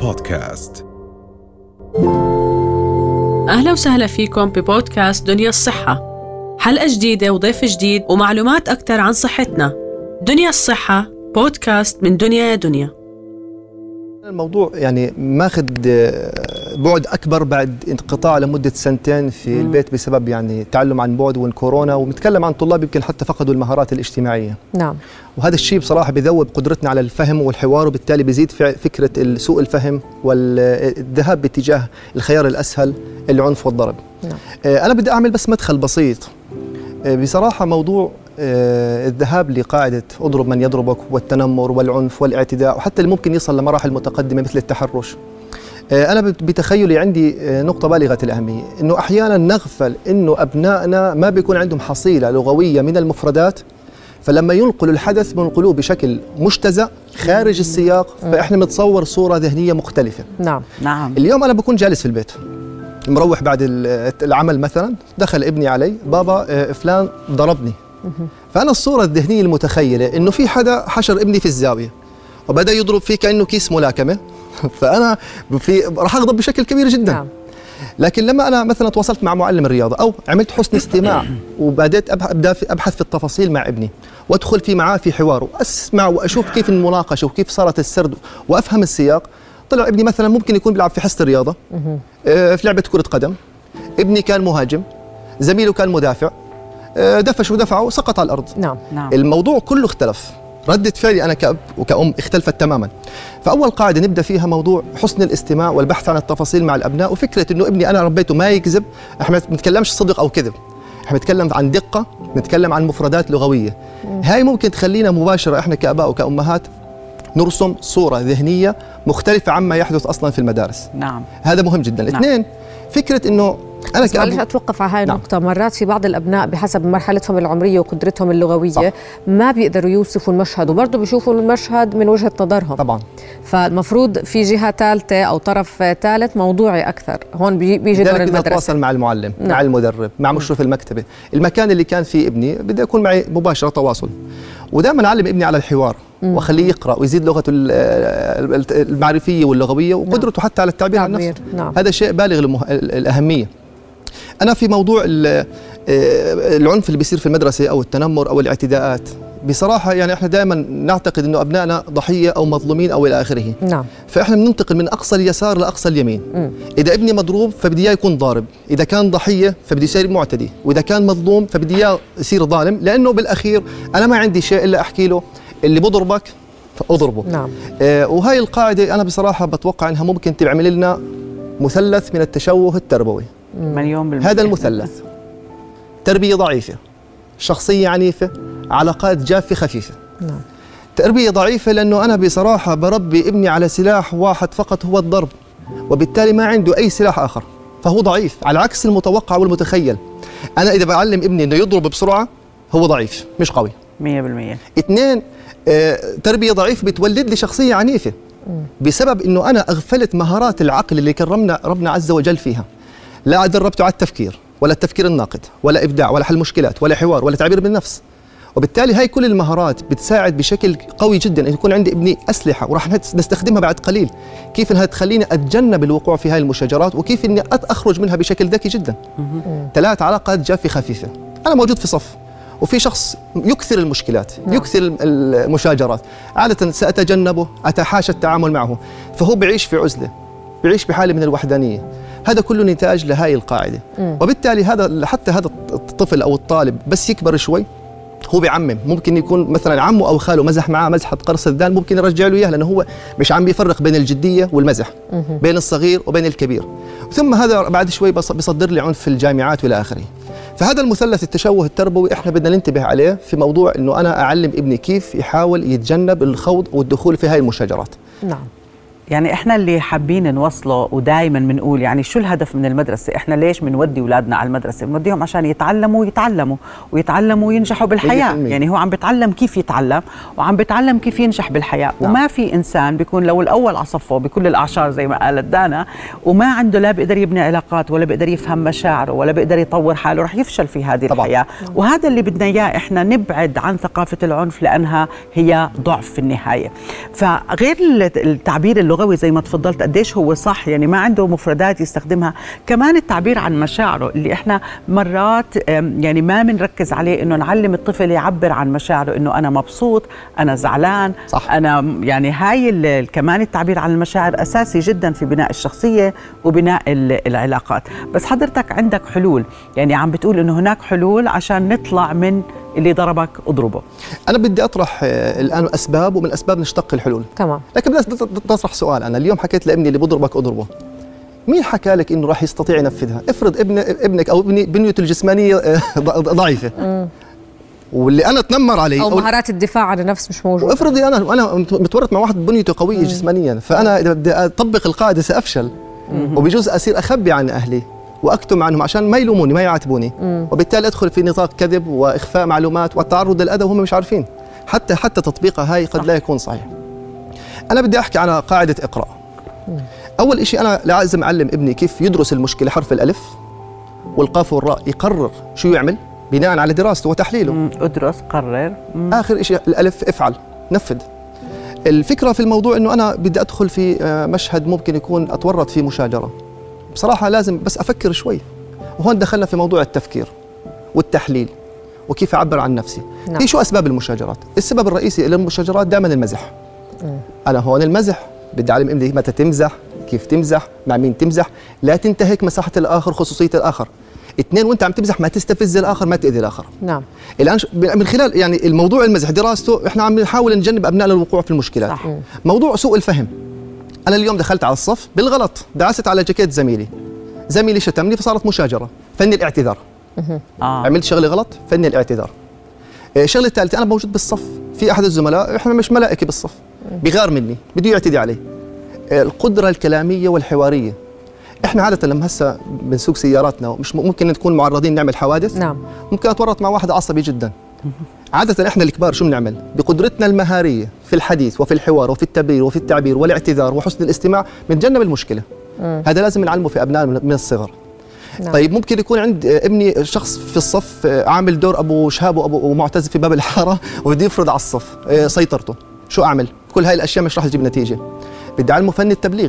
بودكاست. أهلا وسهلا فيكم ببودكاست دنيا الصحة، حلقة جديدة وضيف جديد ومعلومات أكثر عن صحتنا. دنيا الصحة بودكاست من دنيا يا دنيا. الموضوع يعني ماخذ بعد أكبر بعد انقطاع لمدة سنتين في البيت بسبب يعني تعلم عن بعد والكورونا، ونتكلم عن طلاب يمكن حتى فقدوا المهارات الاجتماعية. نعم. وهذا الشيء بصراحة بيذوب قدرتنا على الفهم والحوار، وبالتالي بيزيد فكرة سوء الفهم والذهاب باتجاه الخيار الأسهل، العنف والضرب. نعم. أنا بدي أعمل بس مدخل بسيط. بصراحة موضوع الذهاب لقاعدة اضرب من يضربك والتنمر والعنف والاعتداء، وحتى اللي ممكن يصل لمراحل متقدمة مثل التحرش. أنا بتخيلي عندي نقطة بالغة الأهمية، إنه أحيانا نغفل إنه أبنائنا ما بيكون عندهم حصيلة لغوية من المفردات، فلما ينقلوا الحدث بينقلوه بشكل مجتزأ خارج السياق، فإحنا بنتصور صورة ذهنية مختلفة. نعم. نعم. اليوم أنا بكون جالس في البيت مروح بعد العمل مثلا، دخل ابني علي، بابا فلان ضربني. فأنا الصورة الذهنية المتخيلة إنه في حدا حشر ابني في الزاوية وبدأ يضرب فيه كأنه كيس ملاكمة، فأنا راح أغضب بشكل كبير جدا. نعم. لكن لما أنا مثلا تواصلت مع معلم الرياضة أو عملت حسن استماع وبدأت أبحث في التفاصيل مع ابني وأدخل معاه في حوار وأسمع وأشوف كيف المناقشة وكيف صارت السرد وأفهم السياق، طلع ابني مثلا ممكن يكون بيلعب في حصة الرياضة في لعبة كرة قدم، ابني كان مهاجم، زميله كان مدافع، دفش ودفعه وسقط على الأرض. نعم. الموضوع كله اختلف، ردة فعلي أنا كأب وكأم اختلفت تماما. فأول قاعدة نبدأ فيها موضوع حسن الاستماع والبحث عن التفاصيل مع الأبناء، وفكرة إنه ابني أنا ربيته ما يكذب. إحنا ما بنتكلمش صدق أو كذب، إحنا بنتكلم عن دقة، بنتكلم عن مفردات لغوية. هاي ممكن تخلينا مباشرة إحنا كأباء وكأمهات نرسم صورة ذهنية مختلفة عما يحدث أصلا في المدارس. نعم. هذا مهم جدا. نعم. اثنين، فكرة إنه أنا معلش أتوقف على هاي النقطة. مرات في بعض الأبناء بحسب مرحلتهم العمرية وقدرتهم اللغوية صح. ما بيقدروا يوصفوا المشهد وبرضه بيشوفوا المشهد من وجهة نظرهم طبعا. فالمفروض في جهة ثالثة أو طرف ثالث موضوعي أكثر. هون بيجي دور المدرسة. أتواصل مع المعلم، مع المدرب، مع مشرف المكتبة، المكان اللي كان فيه ابني بدي أكون معي مباشرة تواصل، ودائما أعلم ابني على الحوار وأخليه يقرأ ويزيد لغته المعرفية واللغوية وقدرته حتى على التعبير عن نفسه. هذا شيء بالغ الأهمية. أنا في موضوع العنف اللي بيصير في المدرسة أو التنمر أو الاعتداءات، بصراحة يعني إحنا دائما نعتقد إنه أبنائنا ضحية أو مظلومين أو إلى آخره. نعم. فإحنا بننتقل من أقصى اليسار لأقصى اليمين. إذا ابني مضروب فبدي إياه يكون ضارب، إذا كان ضحية فبدي يصير معتدي، وإذا كان مظلوم فبدي إياه يصير ظالم، لأنه بالأخير أنا ما عندي شيء إلا أحكي له اللي بضربك فأضربه. نعم. وهاي القاعدة أنا بصراحة بتوقع إنها ممكن تعمل لنا مثلث من التشوه التربوي. مليون بالمية. هذا المثلث: تربية ضعيفة، شخصية عنيفة، علاقات جافة خفيفة. نعم. تربية ضعيفة لأنه أنا بصراحة بربي ابني على سلاح واحد فقط هو الضرب، وبالتالي ما عنده أي سلاح آخر، فهو ضعيف على عكس المتوقع والمتخيل. أنا إذا بعلم ابني أنه يضرب بسرعة هو ضعيف مش قوي. 100%. اثنين، تربية ضعيف بتولد لي شخصية عنيفة بسبب أنه أنا أغفلت مهارات العقل اللي كرمنا ربنا عز وجل فيها. لا دربته على التفكير ولا التفكير الناقد ولا إبداع ولا حل مشكلات ولا حوار ولا تعبير بالنفس، وبالتالي هاي كل المهارات بتساعد بشكل قوي جدا أن يكون عندي ابني أسلحة وراح نستخدمها بعد قليل، كيف أنها تخليني أتجنب الوقوع في هاي المشاجرات وكيف أني أخرج منها بشكل ذكي جدا. 3، علاقات جافة خفيفة. أنا موجود في صف وفي شخص يكثر المشكلات، يكثر المشاجرات، عادة سأتجنبه، أتحاشى التعامل معه، فهو بعيش في عزلة، بعيش بحالة من الوحدانية. هذا كله نتاج لهاي القاعدة. وبالتالي حتى هذا الطفل أو الطالب بس يكبر شوي هو بيعمم، ممكن يكون مثلا عمه أو خاله مزح معاه مزحة قرص الذان، ممكن يرجع له إياه لأنه هو مش عم بيفرق بين الجدية والمزح، بين الصغير وبين الكبير، ثم هذا بعد شوي بيصدر لي عنف في الجامعات وإلى آخره. فهذا المثلث التشوه التربوي احنا بدنا ننتبه عليه في موضوع انه انا اعلم ابني كيف يحاول يتجنب الخوض والدخول في هاي المشاجرات. نعم. يعني احنا اللي حابين نوصله ودائما بنقول يعني شو الهدف من المدرسه؟ احنا ليش بنودي اولادنا على المدرسه؟ بنوديهم عشان يتعلموا وينجحوا بالحياه. يعني هو عم بيتعلم كيف يتعلم وعم بيتعلم كيف ينجح بالحياه. نعم. وما في انسان بيكون لو الاول على صفه بكل الاعشار زي ما قالت دانا وما عنده لا بيقدر يبني علاقات ولا بيقدر يفهم مشاعره ولا بيقدر يطور حاله، رح يفشل في هذه طبعا. الحياه. وهذا اللي بدنا اياه، احنا نبعد عن ثقافه العنف لانها هي ضعف في النهايه. فغير التعبير اللغوي اللغوي زي ما تفضلت قديش هو صح، يعني ما عنده مفردات يستخدمها. كمان التعبير عن مشاعره اللي احنا مرات يعني ما بنركز عليه، انه نعلم الطفل يعبر عن مشاعره، انه انا مبسوط، انا زعلان، صح. انا يعني هاي كمان التعبير عن المشاعر اساسي جدا في بناء الشخصيه وبناء العلاقات. بس حضرتك عندك حلول، يعني عم بتقول انه هناك حلول عشان نطلع من اللي ضربك اضربه. انا بدي اطرح الان اسباب، ومن الاسباب نشتق الحلول. تمام. لكن بدي اطرح سؤال. انا اليوم حكيت لابني اللي بضربك اضربه، مين حكى لك انه راح يستطيع ينفذها؟ افرض ابنك او ابني بنيته الجسمانيه ضعيفه، واللي انا اتنمر عليه او مهارات الدفاع عن النفس مش موجوده. وافرضي انا متورط مع واحد بنيته قويه جسمانيا، فانا اذا بدي اطبق القاعده سافشل، وبجوز اصير اخبي عن اهلي واكتم عنهم عشان ما يلوموني ما يعاتبوني، وبالتالي ادخل في نطاق كذب واخفاء معلومات والتعرض للاذى وهم مش عارفين. حتى تطبيقها هاي قد لا يكون صحيح. انا بدي احكي عن قاعده اقرا. اول شيء انا لازم اعلم ابني كيف يدرس المشكله، حرف الالف والقاف والراء، يقرر شو يعمل بناء على دراسته وتحليله. ادرس، قرر. اخر شيء الالف افعل، نفذ. الفكره في الموضوع انه انا بدي ادخل في مشهد ممكن يكون اتورط فيه مشاجره، بصراحه لازم بس افكر شوي. وهون دخلنا في موضوع التفكير والتحليل وكيف اعبر عن نفسي. نعم. هي شو اسباب المشاجرات؟ السبب الرئيسي للمشاجرات دائما المزح. انا هون المزح بدي اعلم ابني متى تمزح، كيف تمزح، مع مين تمزح، لا تنتهك مساحه الاخر، خصوصيه الاخر. اثنين، وانت عم تمزح ما تستفز الاخر، ما تاذي الاخر. نعم. الان من خلال يعني الموضوع المزح دراسته احنا عم نحاول نجنب ابنائنا الوقوع في المشكلات. صح. موضوع سوء الفهم. انا اليوم دخلت على الصف بالغلط، دعست على جاكيت زميلي شتمني فصارت مشاجره، فني الاعتذار. عملت شغله غلط، فني الاعتذار. الشغله الثالثه، انا موجود بالصف، في احد الزملاء، احنا مش ملائكه بالصف، بغار مني، بده يعتدي علي. القدره الكلاميه والحواريه. احنا عاده لما هسه بنسوق سياراتنا مش ممكن نكون معرضين نعمل حوادث. نعم. ممكن اتورط مع واحد عصبي جدا. عاده احنا الكبار شو بنعمل؟ بقدرتنا المهاريه في الحديث وفي الحوار وفي التبرير وفي التعبير والاعتذار وحسن الاستماع بنتجنب المشكله. هذا لازم نعلمه في ابنائنا من الصغر. نعم. طيب ممكن يكون عند ابني شخص في الصف عامل دور ابو شهاب وابو معتز في باب الحاره وبده يفرض على الصف سيطرته، شو اعمل؟ كل هاي الاشياء مش راح تجيب نتيجه. بدي اعلمه فن التبليغ.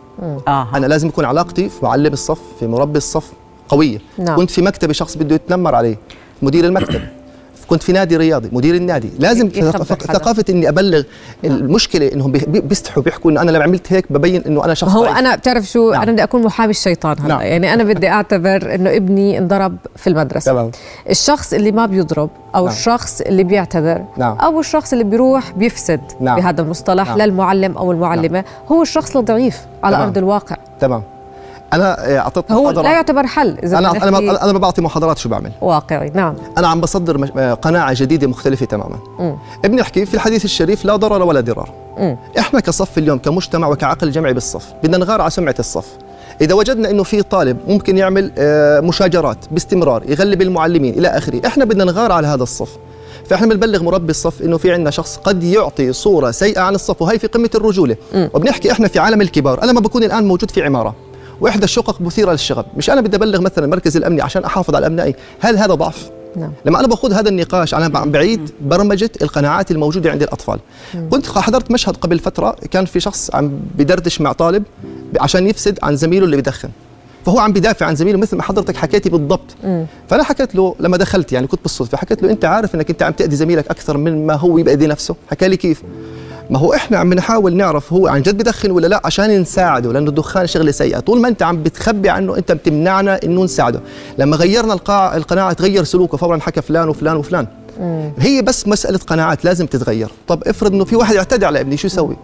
انا لازم يكون علاقتي في معلم الصف، في مربي الصف قويه. نعم. كنت في مكتبي شخص بده يتنمر علي، مدير المكتب. كنت في نادي رياضي، مدير النادي، لازم ثقافه اني ابلغ. المشكله انهم بيستحوا بيحكوا انه انا لما عملت هيك ببين انه انا شخص هو ضعيف. انا بتعرف شو. نعم. انا بدي اكون محامي الشيطان هلا. نعم. يعني انا بدي اعتبر انه ابني انضرب في المدرسه. تمام. الشخص اللي ما بيضرب او نعم. الشخص اللي بيعتذر. نعم. او الشخص اللي بيروح بيفسد. نعم. بهذا المصطلح. نعم. للمعلم او المعلمه. نعم. هو الشخص الضعيف على ارض الواقع. تمام. انا اعطيت هو لا يعتبر حل. إذا انا ما بعطي محاضرات، شو بعمل؟ واقعي. نعم. انا عم بصدر قناعه جديده مختلفه تماما. ابني يحكي في الحديث الشريف لا ضرر ولا ضرار. احنا كصف اليوم كمجتمع وكعقل جمعي بالصف بدنا نغار على سمعه الصف. اذا وجدنا انه في طالب ممكن يعمل مشاجرات باستمرار، يغلب المعلمين الى اخره، احنا بدنا نغار على هذا الصف. فاحنا بنبلغ مربي الصف انه في عندنا شخص قد يعطي صوره سيئه عن الصف، وهي في قمه الرجوله. وبنحكي احنا في عالم الكبار. انا لما بكون الان موجود في عماره واحدى الشقق مثيره للشغب، مش انا بدي ابلغ مثلا المركز الامني عشان احافظ على ابنائي، هل هذا ضعف؟ نعم. لما انا باخذ هذا النقاش انا عم بعيد برمجه القناعات الموجوده عند الاطفال. كنت حضرت مشهد قبل فتره، كان في شخص عم بدردش مع طالب عشان يفسد عن زميله اللي بدخن، فهو عم بدافع عن زميله مثل ما حضرتك حكيتي بالضبط. فانا حكيت له لما دخلت، يعني كنت بالصدفه، حكيت له انت عارف انك انت عم تاذي زميلك اكثر من ما هو بيأذي نفسه؟ حكى لي كيف؟ ما هو احنا عم نحاول نعرف هو عن جد بدخن ولا لا عشان نساعده، لانه الدخان شغله سيئه. طول ما انت عم بتخبي عنه انت بتمنعنا انه نساعده. لما غيرنا القناعه تغير سلوكه، فورا حكى فلان وفلان وفلان. هي بس مساله قناعات لازم تتغير. طب افرض انه في واحد اعتدى على ابني، شو يسوي؟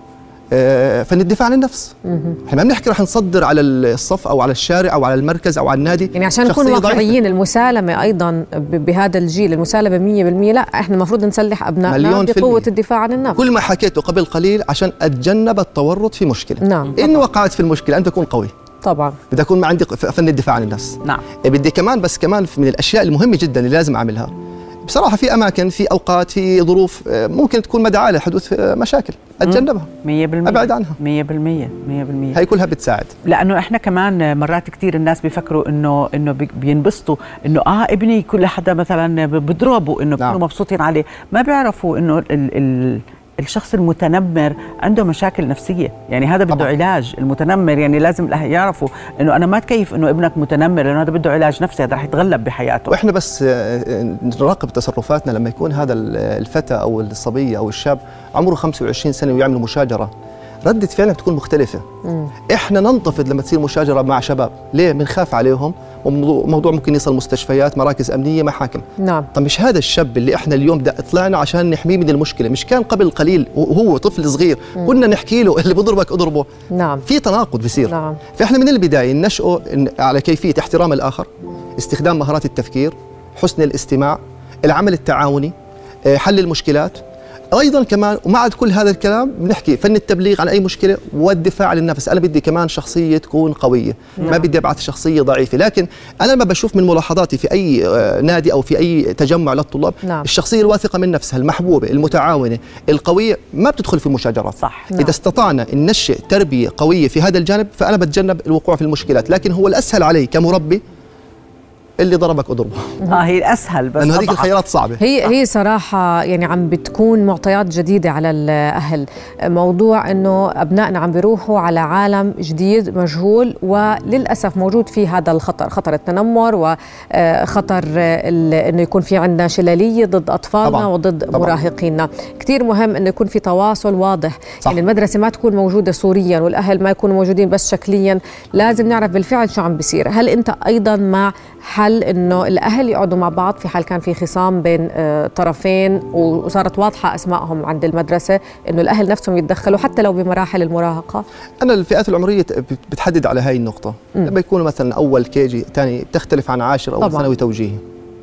فن الدفاع عن النفس. احنا ما بنحكي رح نصدر على الصف او على الشارع او على المركز او على النادي. يعني عشان نكون واقعيين، المسالمه ايضا بهذا الجيل، المسالمه 100%، لا احنا المفروض نسلح ابنائنا بقوه الدفاع عن النفس. كل ما حكيته قبل قليل عشان اتجنب التورط في مشكله. نعم. ان وقعت في المشكله ان تكون قوي. طبعا بدي اكون ما عندي فن الدفاع عن النفس. نعم. بدي كمان من الاشياء المهمه جدا اللي لازم اعملها، بصراحة في أماكن، في أوقات، في ظروف ممكن تكون مدعاة لحدوث مشاكل، أتجنبها 100%، أبعد عنها 100%. هي كلها بتساعد. لأنه إحنا كمان مرات كتير الناس بيفكروا إنه بينبسطوا إنه ابني كل حدا مثلا بضربه، إنه بيكونوا مبسوطين عليه، ما بيعرفوا إنه الشخص المتنمر عنده مشاكل نفسية، يعني هذا بده علاج. المتنمر يعني لازم الأهل يعرفوا إنه أنا ما تكيف إنه ابنك متنمر، لأنه هذا بده علاج نفسي، هذا رح يتغلب بحياته. وإحنا بس نراقب تصرفاتنا لما يكون هذا الفتى أو الصبية أو الشاب عمره 25 سنة ويعمل مشاجرة، ردة فعلنا بتكون مختلفة. إحنا ننتفض لما تصير مشاجرة مع شباب، ليه؟ بنخاف عليهم، وموضوع ممكن يصل مستشفيات، مراكز أمنية، محاكم. نعم. طب مش هذا الشاب اللي إحنا اليوم طلعنا عشان نحميه من المشكلة، مش كان قبل قليل وهو طفل صغير كنا نحكي له اللي بضربك اضربه؟ نعم. في تناقض بصير. نعم. فإحنا من البداية ننشئه على كيفية احترام الآخر، استخدام مهارات التفكير، حسن الاستماع، العمل التعاوني، حل المشكلات. ايضا كمان ومع كل هذا الكلام بنحكي فن التبليغ عن اي مشكله والدفاع عن النفس. انا بدي كمان شخصيه تكون قويه، ما بدي ابعث شخصيه ضعيفه. لكن انا لما بشوف من ملاحظاتي في اي نادي او في اي تجمع للطلاب، الشخصيه الواثقه من نفسها، المحبوبه، المتعاونه، القويه، ما بتدخل في مشاجرات. صح. اذا استطعنا ان ننشئ تربيه قويه في هذا الجانب فانا بتجنب الوقوع في المشكلات. لكن هو الاسهل علي كمربي اللي ضربك اضربه. هي الاسهل، بس لأن هذيك الخيارات صعبه. هي صراحه يعني عم بتكون معطيات جديده على الاهل، موضوع انه ابنائنا عم بيروحوا على عالم جديد مجهول، وللاسف موجود فيه هذا الخطر، خطر التنمر وخطر انه يكون في عندنا شلاليه ضد اطفالنا طبعاً. وضد طبعاً. مراهقينا. كثير مهم انه يكون في تواصل واضح، صح. يعني المدرسه ما تكون موجوده صوريا والاهل ما يكونوا موجودين بس شكليا، لازم نعرف بالفعل شو عم بيصير. هل انت ايضا مع حل انه الاهل يقعدوا مع بعض في حال كان في خصام بين طرفين وصارت واضحه اسمائهم عند المدرسه، انه الاهل نفسهم يتدخلوا حتى لو بمراحل المراهقه؟ انا الفئات العمريه بتحدد على هاي النقطه. لما يكونوا مثلا اول كيجي، ثاني بتختلف عن عاشر او ثانوي توجيهي.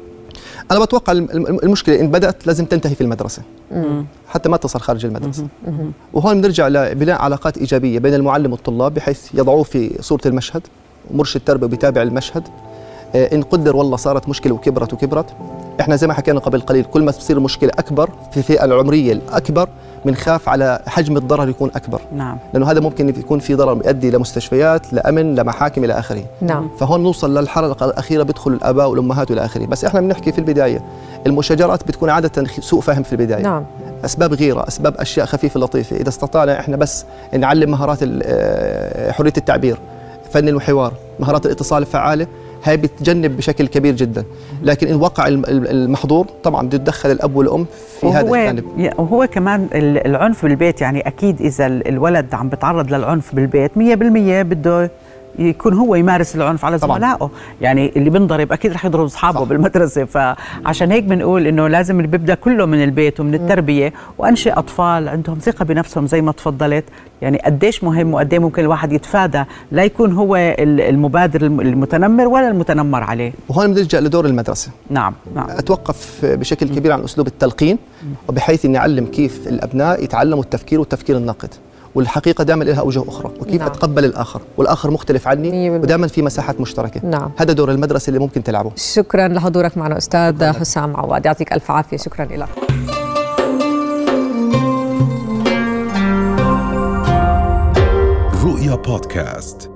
انا بتوقع المشكله ان بدات لازم تنتهي في المدرسه حتى ما تصل خارج المدرسه. وهون بنرجع لبناء علاقات ايجابيه بين المعلم والطلاب، بحيث يضعوه في صوره المشهد، ومرشد تربوي بيتابع المشهد. إن قدر والله صارت مشكلة وكبرت، إحنا زي ما حكينا قبل قليل، كل ما تصير مشكلة أكبر في الفئة العمرية الأكبر بنخاف على حجم الضرر يكون أكبر. نعم. لأنه هذا ممكن يكون في ضرر يؤدي لمستشفيات، لأمن، لمحاكم إلى آخره. نعم. فهون نوصل للحلقة الأخيرة بدخل الآباء والأمهات إلى آخره. بس إحنا بنحكي في البداية المشاجرات بتكون عادة سوء فهم في البداية. نعم. أسباب غيرة، أسباب أشياء خفيفة لطيفة. إذا استطعنا إحنا بس نعلم مهارات حرية التعبير، فن الحوار، مهارات الاتصال الفعالة، هاي بتجنب بشكل كبير جدا. لكن إن وقع المحظور طبعا بده يتدخل الأب والأم في هذا الجانب. وهو كمان العنف بالبيت، يعني أكيد إذا الولد عم بتعرض للعنف بالبيت 100% بده يكون هو يمارس العنف على زملائه. يعني اللي بنضرب أكيد رح يضرب أصحابه بالمدرسة. فعشان هيك بنقول إنه لازم اللي بيبدأ كله من البيت ومن التربية، وأنشئ أطفال عندهم ثقة بنفسهم زي ما تفضلت. يعني قديش مهم وقديه ممكن الواحد يتفادى لا يكون هو المبادر المتنمر ولا المتنمر عليه. وهون بنرجع لدور المدرسة. نعم. أتوقف بشكل كبير عن أسلوب التلقين، وبحيث إني أعلم كيف الأبناء يتعلموا التفكير والتفكير الناقد، والحقيقة دائما لها أوجه أخرى، وكيف أتقبل الآخر، والآخر مختلف عني، ودائما في مساحات مشتركة. نعم. هذا دور المدرسة اللي ممكن تلعبه. شكرا لحضورك معنا أستاذ حسام عواد، يعطيك ألف عافية. شكرا لك. رؤيا بودكاست.